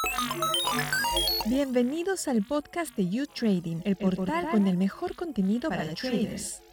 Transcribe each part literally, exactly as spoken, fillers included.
Bienvenidos al podcast de You Trading, el portal, el portal con el mejor contenido para, para traders.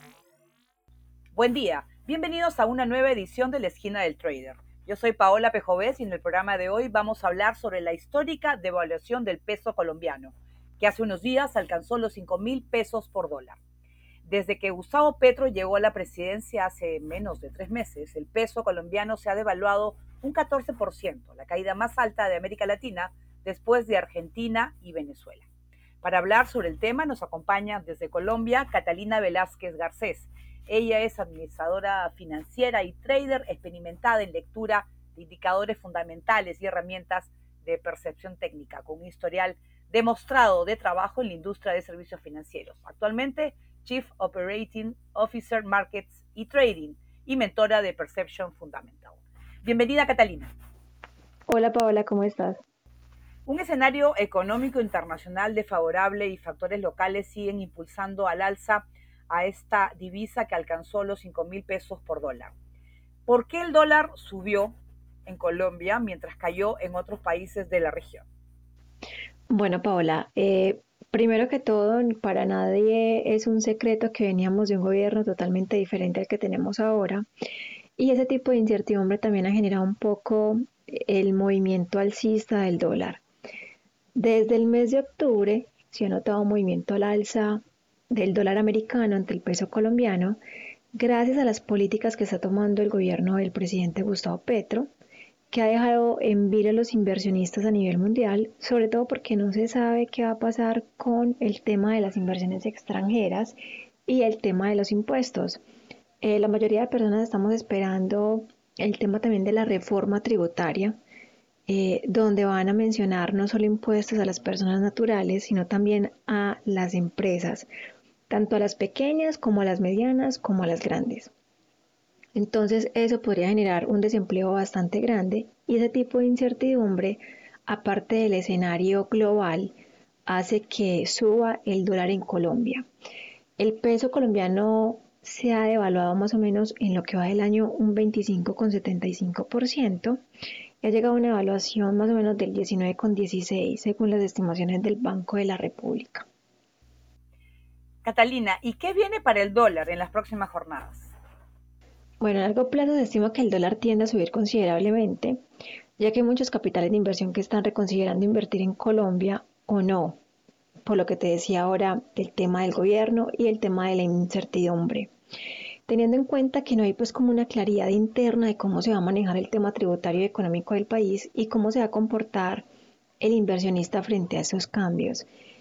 Buen día, bienvenidos a una nueva edición de La Esquina del Trader. Yo soy Paola Pejovés y en el programa de hoy vamos a hablar sobre la histórica devaluación del peso colombiano, que hace unos días alcanzó los cinco mil pesos por dólar. Desde que Gustavo Petro llegó a la presidencia hace menos de tres meses, el peso colombiano se ha devaluado un catorce por ciento, la caída más alta de América Latina después de Argentina y Venezuela. Para hablar sobre el tema nos acompaña desde Colombia Catalina Velázquez Garcés. Ella es administradora financiera y trader experimentada en lectura de indicadores fundamentales y herramientas de percepción técnica, con un historial demostrado de trabajo en la industria de servicios financieros. Actualmente, Chief Operating Officer Markets y Trading y mentora de Perception Fundamental. Bienvenida, Catalina. Hola, Paola, ¿cómo estás? Un escenario económico internacional desfavorable y factores locales siguen impulsando al alza a esta divisa que alcanzó los cinco mil pesos por dólar. ¿Por qué el dólar subió en Colombia mientras cayó en otros países de la región? Bueno, Paola, eh, primero que todo, para nadie es un secreto que veníamos de un gobierno totalmente diferente al que tenemos ahora, y ese tipo de incertidumbre también ha generado un poco el movimiento alcista del dólar. Desde el mes de octubre se ha notado un movimiento al alza del dólar americano ante el peso colombiano, gracias a las políticas que está tomando el gobierno del presidente Gustavo Petro, que ha dejado en vilo a los inversionistas a nivel mundial, sobre todo porque no se sabe qué va a pasar con el tema de las inversiones extranjeras y el tema de los impuestos. Eh, la mayoría de personas estamos esperando el tema también de la reforma tributaria, eh, donde van a mencionar no solo impuestos a las personas naturales, sino también a las empresas, tanto a las pequeñas como a las medianas como a las grandes. Entonces eso podría generar un desempleo bastante grande y ese tipo de incertidumbre, aparte del escenario global, hace que suba el dólar en Colombia. El peso colombiano se ha devaluado más o menos en lo que va del año un veinticinco coma setenta y cinco por ciento y ha llegado a una evaluación más o menos del diecinueve coma dieciséis según las estimaciones del Banco de la República. Catalina, ¿y qué viene para el dólar en las próximas jornadas? Bueno, a largo plazo se estima que el dólar tiende a subir considerablemente, ya que hay muchos capitales de inversión que están reconsiderando invertir en Colombia o no, por lo que te decía ahora del tema del gobierno y el tema de la incertidumbre. Teniendo en cuenta que no hay pues como una claridad interna de cómo se va a manejar el tema tributario y económico del país y cómo se va a comportar el inversionista frente a esos cambios.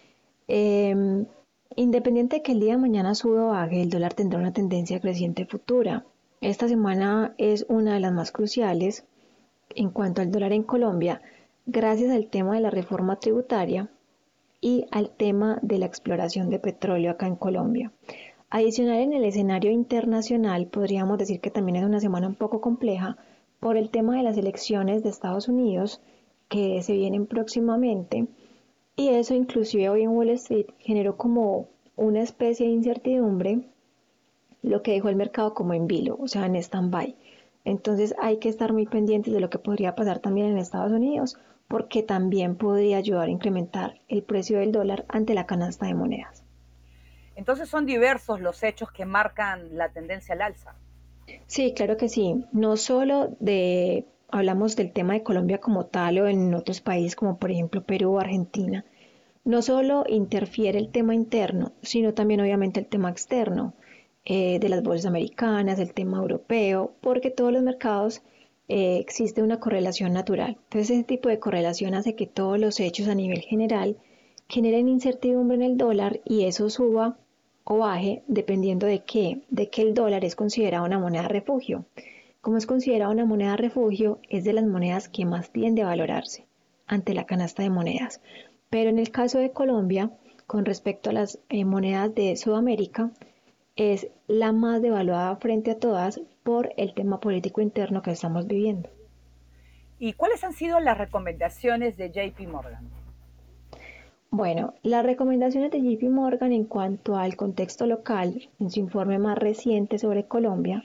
Eh, independiente de que el día de mañana suba o baje, el dólar tendrá una tendencia creciente futura. Esta semana es una de las más cruciales en cuanto al dólar en Colombia, gracias al tema de la reforma tributaria y al tema de la exploración de petróleo acá en Colombia. Adicional, en el escenario internacional, podríamos decir que también es una semana un poco compleja por el tema de las elecciones de Estados Unidos que se vienen próximamente, y eso inclusive hoy en Wall Street generó como una especie de incertidumbre, lo que dejó el mercado como en vilo, o sea, en stand-by. Entonces hay que estar muy pendientes de lo que podría pasar también en Estados Unidos, porque también podría ayudar a incrementar el precio del dólar ante la canasta de monedas. Entonces son diversos los hechos que marcan la tendencia al alza. Sí, claro que sí. No solo de, hablamos del tema de Colombia como tal o en otros países como por ejemplo Perú o Argentina. No solo interfiere el tema interno, sino también obviamente el tema externo, eh, de las bolsas americanas, el tema europeo, porque todos los mercados eh, existe una correlación natural. Entonces ese tipo de correlación hace que todos los hechos a nivel general generen incertidumbre en el dólar y eso suba o baje dependiendo de qué, de que el dólar es considerado una moneda refugio. Como es considerado una moneda refugio, es de las monedas que más tiende a valorarse ante la canasta de monedas. Pero en el caso de Colombia, con respecto a las eh, monedas de Sudamérica, es la más devaluada frente a todas por el tema político interno que estamos viviendo. ¿Y cuáles han sido las recomendaciones de J P Morgan? Bueno, las recomendaciones de J P Morgan en cuanto al contexto local, en su informe más reciente sobre Colombia,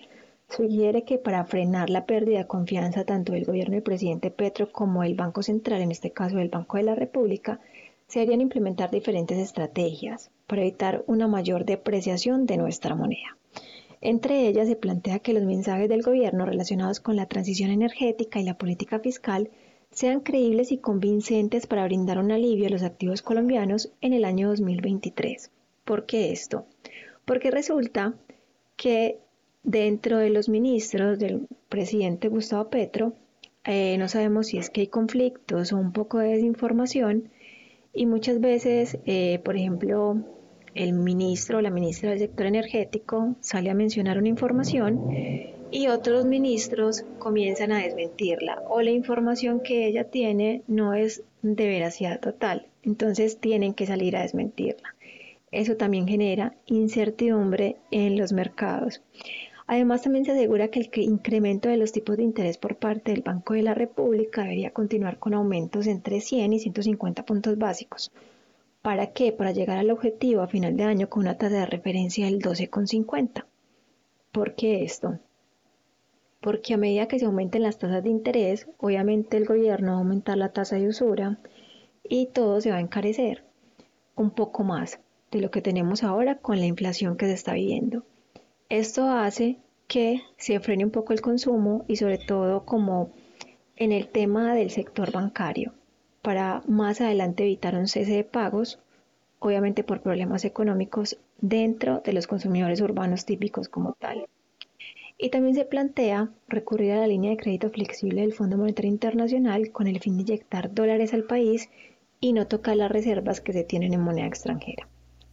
sugiere que para frenar la pérdida de confianza tanto del gobierno del presidente Petro como del Banco Central, en este caso del Banco de la República, se deberían implementar diferentes estrategias para evitar una mayor depreciación de nuestra moneda. Entre ellas se plantea que los mensajes del gobierno relacionados con la transición energética y la política fiscal sean creíbles y convincentes para brindar un alivio a los activos colombianos en el año dos mil veintitrés. ¿Por qué esto? Porque resulta que dentro de los ministros del presidente Gustavo Petro, eh, no sabemos si es que hay conflictos o un poco de desinformación, y muchas veces, eh, por ejemplo, el ministro o la ministra del sector energético sale a mencionar una información y otros ministros comienzan a desmentirla, o la información que ella tiene no es de veracidad total, entonces tienen que salir a desmentirla. Eso también genera incertidumbre en los mercados. Además, también se asegura que el incremento de los tipos de interés por parte del Banco de la República debería continuar con aumentos entre cien y ciento cincuenta puntos básicos. ¿Para qué? Para llegar al objetivo a final de año con una tasa de referencia del doce coma cincuenta. ¿Por qué esto? Porque a medida que se aumenten las tasas de interés, obviamente el gobierno va a aumentar la tasa de usura y todo se va a encarecer un poco más de lo que tenemos ahora con la inflación que se está viviendo. Esto hace que se frene un poco el consumo y sobre todo como en el tema del sector bancario, para más adelante evitar un cese de pagos, obviamente por problemas económicos dentro de los consumidores urbanos típicos como tal. Y también se plantea recurrir a la línea de crédito flexible del Fondo Monetario Internacional con el fin de inyectar dólares al país y no tocar las reservas que se tienen en moneda extranjera.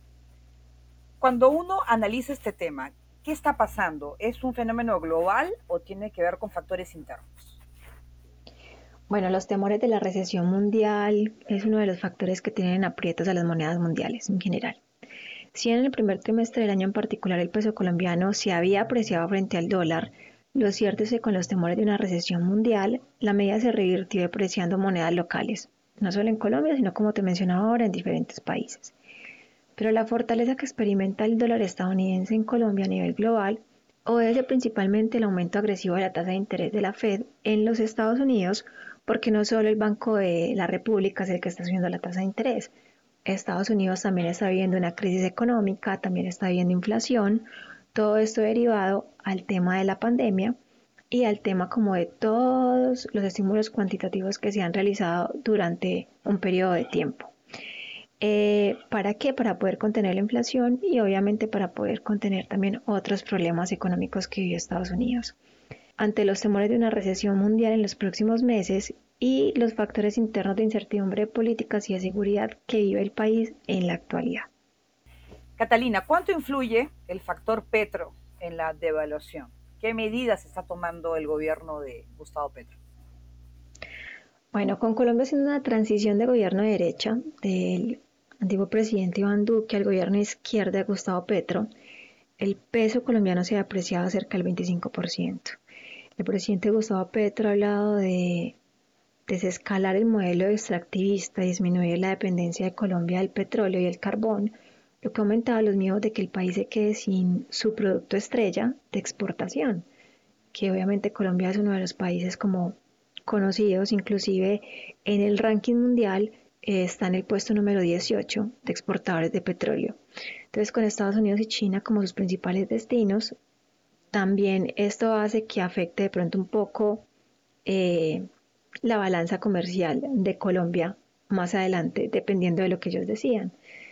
Cuando uno analiza este tema, ¿qué está pasando? ¿Es un fenómeno global o tiene que ver con factores internos? Bueno, los temores de la recesión mundial es uno de los factores que tienen aprietos a las monedas mundiales en general. Si en el primer trimestre del año en particular el peso colombiano se había apreciado frente al dólar, lo cierto es que con los temores de una recesión mundial, la medida se revirtió depreciando monedas locales, no solo en Colombia, sino como te mencionaba ahora en diferentes países. Pero la fortaleza que experimenta el dólar estadounidense en Colombia a nivel global obedece principalmente al aumento agresivo de la tasa de interés de la Fed en los Estados Unidos, porque no solo el Banco de la República es el que está subiendo la tasa de interés. Estados Unidos también está viviendo una crisis económica, también está viviendo inflación, todo esto derivado al tema de la pandemia y al tema como de todos los estímulos cuantitativos que se han realizado durante un periodo de tiempo. Eh, ¿Para qué? Para poder contener la inflación y obviamente para poder contener también otros problemas económicos que vive Estados Unidos. Ante los temores de una recesión mundial en los próximos meses y los factores internos de incertidumbre de políticas y de seguridad que vive el país en la actualidad. Catalina, ¿cuánto influye el factor Petro en la devaluación? ¿Qué medidas está tomando el gobierno de Gustavo Petro? Bueno, con Colombia haciendo una transición de gobierno de derecha del antiguo presidente Iván Duque al gobierno de izquierda de Gustavo Petro, el peso colombiano se ha apreciado cerca del veinticinco por ciento. El presidente Gustavo Petro ha hablado de desescalar el modelo extractivista y disminuir la dependencia de Colombia del petróleo y el carbón, lo que ha aumentado los miedos de que el país se quede sin su producto estrella de exportación, que obviamente Colombia es uno de los países como conocidos, inclusive en el ranking mundial eh, está en el puesto número dieciocho de exportadores de petróleo. Entonces, con Estados Unidos y China como sus principales destinos, también esto hace que afecte de pronto un poco eh, la balanza comercial de Colombia más adelante, dependiendo de lo que ellos decían.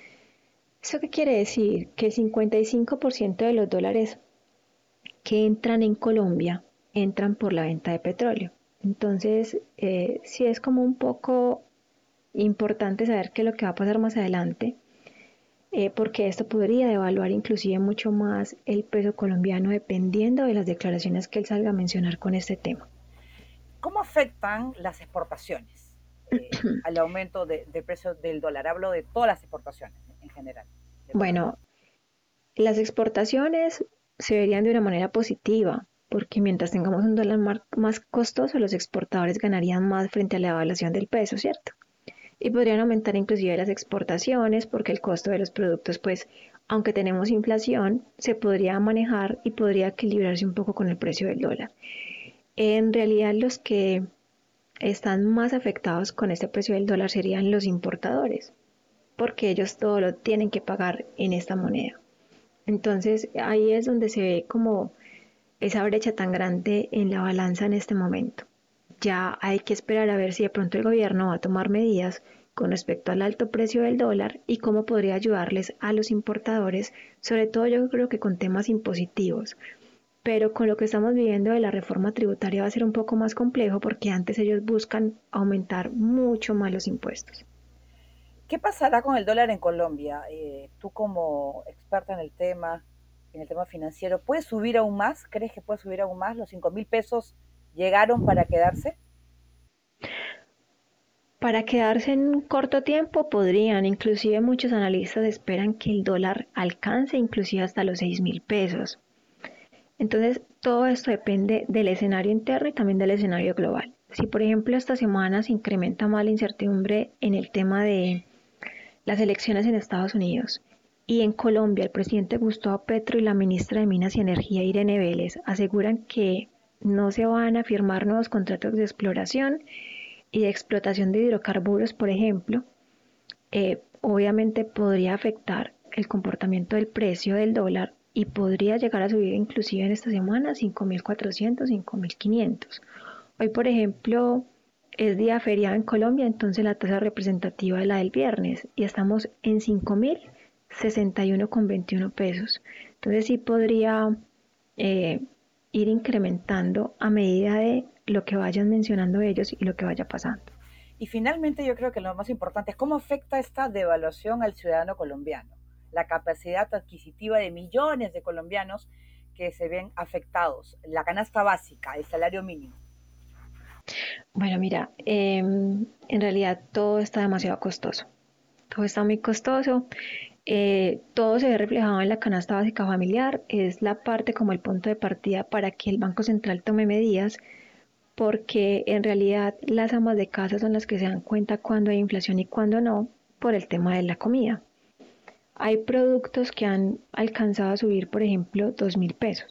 ¿Eso qué quiere decir? Que el cincuenta y cinco por ciento de los dólares que entran en Colombia entran por la venta de petróleo. Entonces, eh, sí es como un poco importante saber qué es lo que va a pasar más adelante, eh, porque esto podría devaluar inclusive mucho más el peso colombiano dependiendo de las declaraciones que él salga a mencionar con este tema. ¿Cómo afectan las exportaciones eh, al aumento de, de precio del dólar? Hablo de todas las exportaciones en general. Bueno, las exportaciones se verían de una manera positiva, porque mientras tengamos un dólar más costoso, los exportadores ganarían más frente a la devaluación del peso, ¿cierto? y podrían aumentar inclusive las exportaciones porque el costo de los productos, pues, aunque tenemos inflación, se podría manejar y podría equilibrarse un poco con el precio del dólar. En realidad, los que están más afectados con este precio del dólar serían los importadores, porque ellos todo lo tienen que pagar en esta moneda. Entonces, ahí es donde se ve como esa brecha tan grande en la balanza en este momento. Ya hay que esperar a ver si de pronto el gobierno va a tomar medidas con respecto al alto precio del dólar y cómo podría ayudarles a los importadores, sobre todo yo creo que con temas impositivos. Pero con lo que estamos viviendo de la reforma tributaria va a ser un poco más complejo porque antes ellos buscan aumentar mucho más los impuestos. ¿Qué pasará con el dólar en Colombia? Eh, tú como experta en el tema, en el tema financiero, ¿puede subir aún más? ¿Crees que puede subir aún más? ¿Los cinco mil pesos llegaron para quedarse? Para quedarse en un corto tiempo podrían, inclusive muchos analistas esperan que el dólar alcance inclusive hasta los seis mil pesos. Entonces, todo esto depende del escenario interno y también del escenario global. Si, por ejemplo, esta semana se incrementa más la incertidumbre en el tema de las elecciones en Estados Unidos y en Colombia el presidente Gustavo Petro y la ministra de Minas y Energía Irene Vélez aseguran que no se van a firmar nuevos contratos de exploración y de explotación de hidrocarburos, por ejemplo, eh, obviamente podría afectar el comportamiento del precio del dólar y podría llegar a subir inclusive en esta semana cinco mil cuatrocientos, cinco mil quinientos. Hoy, por ejemplo, es día feriado en Colombia, entonces la tasa representativa es la del viernes y estamos en cinco mil sesenta y uno con veintiuno pesos. Entonces sí podría eh, ir incrementando a medida de lo que vayan mencionando ellos y lo que vaya pasando. Y finalmente yo creo que lo más importante es cómo afecta esta devaluación al ciudadano colombiano, la capacidad adquisitiva de millones de colombianos que se ven afectados, la canasta básica, el salario mínimo. Bueno, mira, eh, en realidad todo está demasiado costoso. Todo está muy costoso. Eh, todo se ve reflejado en la canasta básica familiar. Es la parte como el punto de partida para que el Banco Central tome medidas, porque en realidad las amas de casa son las que se dan cuenta cuando hay inflación y cuando no, por el tema de la comida. Hay productos que han alcanzado a subir, por ejemplo, dos mil pesos.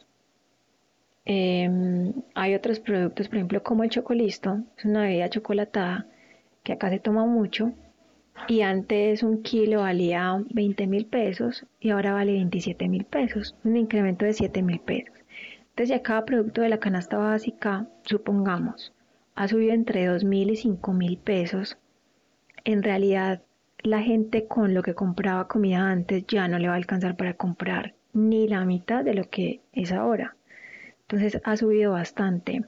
Eh, hay otros productos, por ejemplo, como el Chocolisto, es una bebida chocolatada que acá se toma mucho y antes un kilo valía veinte mil pesos y ahora vale veintisiete mil pesos, un incremento de siete mil pesos. Entonces ya cada producto de la canasta básica, supongamos, ha subido entre dos mil y cinco mil pesos, en realidad la gente con lo que compraba comida antes ya no le va a alcanzar para comprar ni la mitad de lo que es ahora. Entonces ha subido bastante.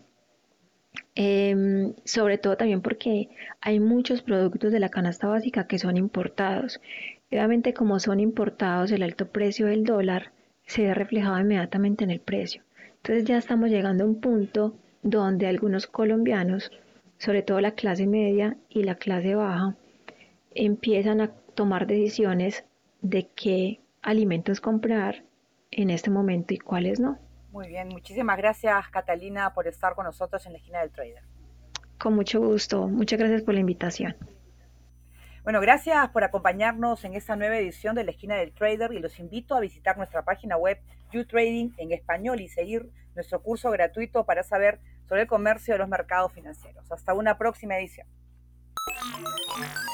Eh, sobre todo también porque hay muchos productos de la canasta básica que son importados. Obviamente como son importados, el alto precio del dólar se ve reflejado inmediatamente en el precio. Entonces ya estamos llegando a un punto donde algunos colombianos, sobre todo la clase media y la clase baja, empiezan a tomar decisiones de qué alimentos comprar en este momento y cuáles no. Muy bien, muchísimas gracias Catalina por estar con nosotros en la esquina del trader. Con mucho gusto, muchas gracias por la invitación. Bueno, gracias por acompañarnos en esta nueva edición de la esquina del trader y los invito a visitar nuestra página web YouTrading en español y seguir nuestro curso gratuito para saber sobre el comercio de los mercados financieros. Hasta una próxima edición.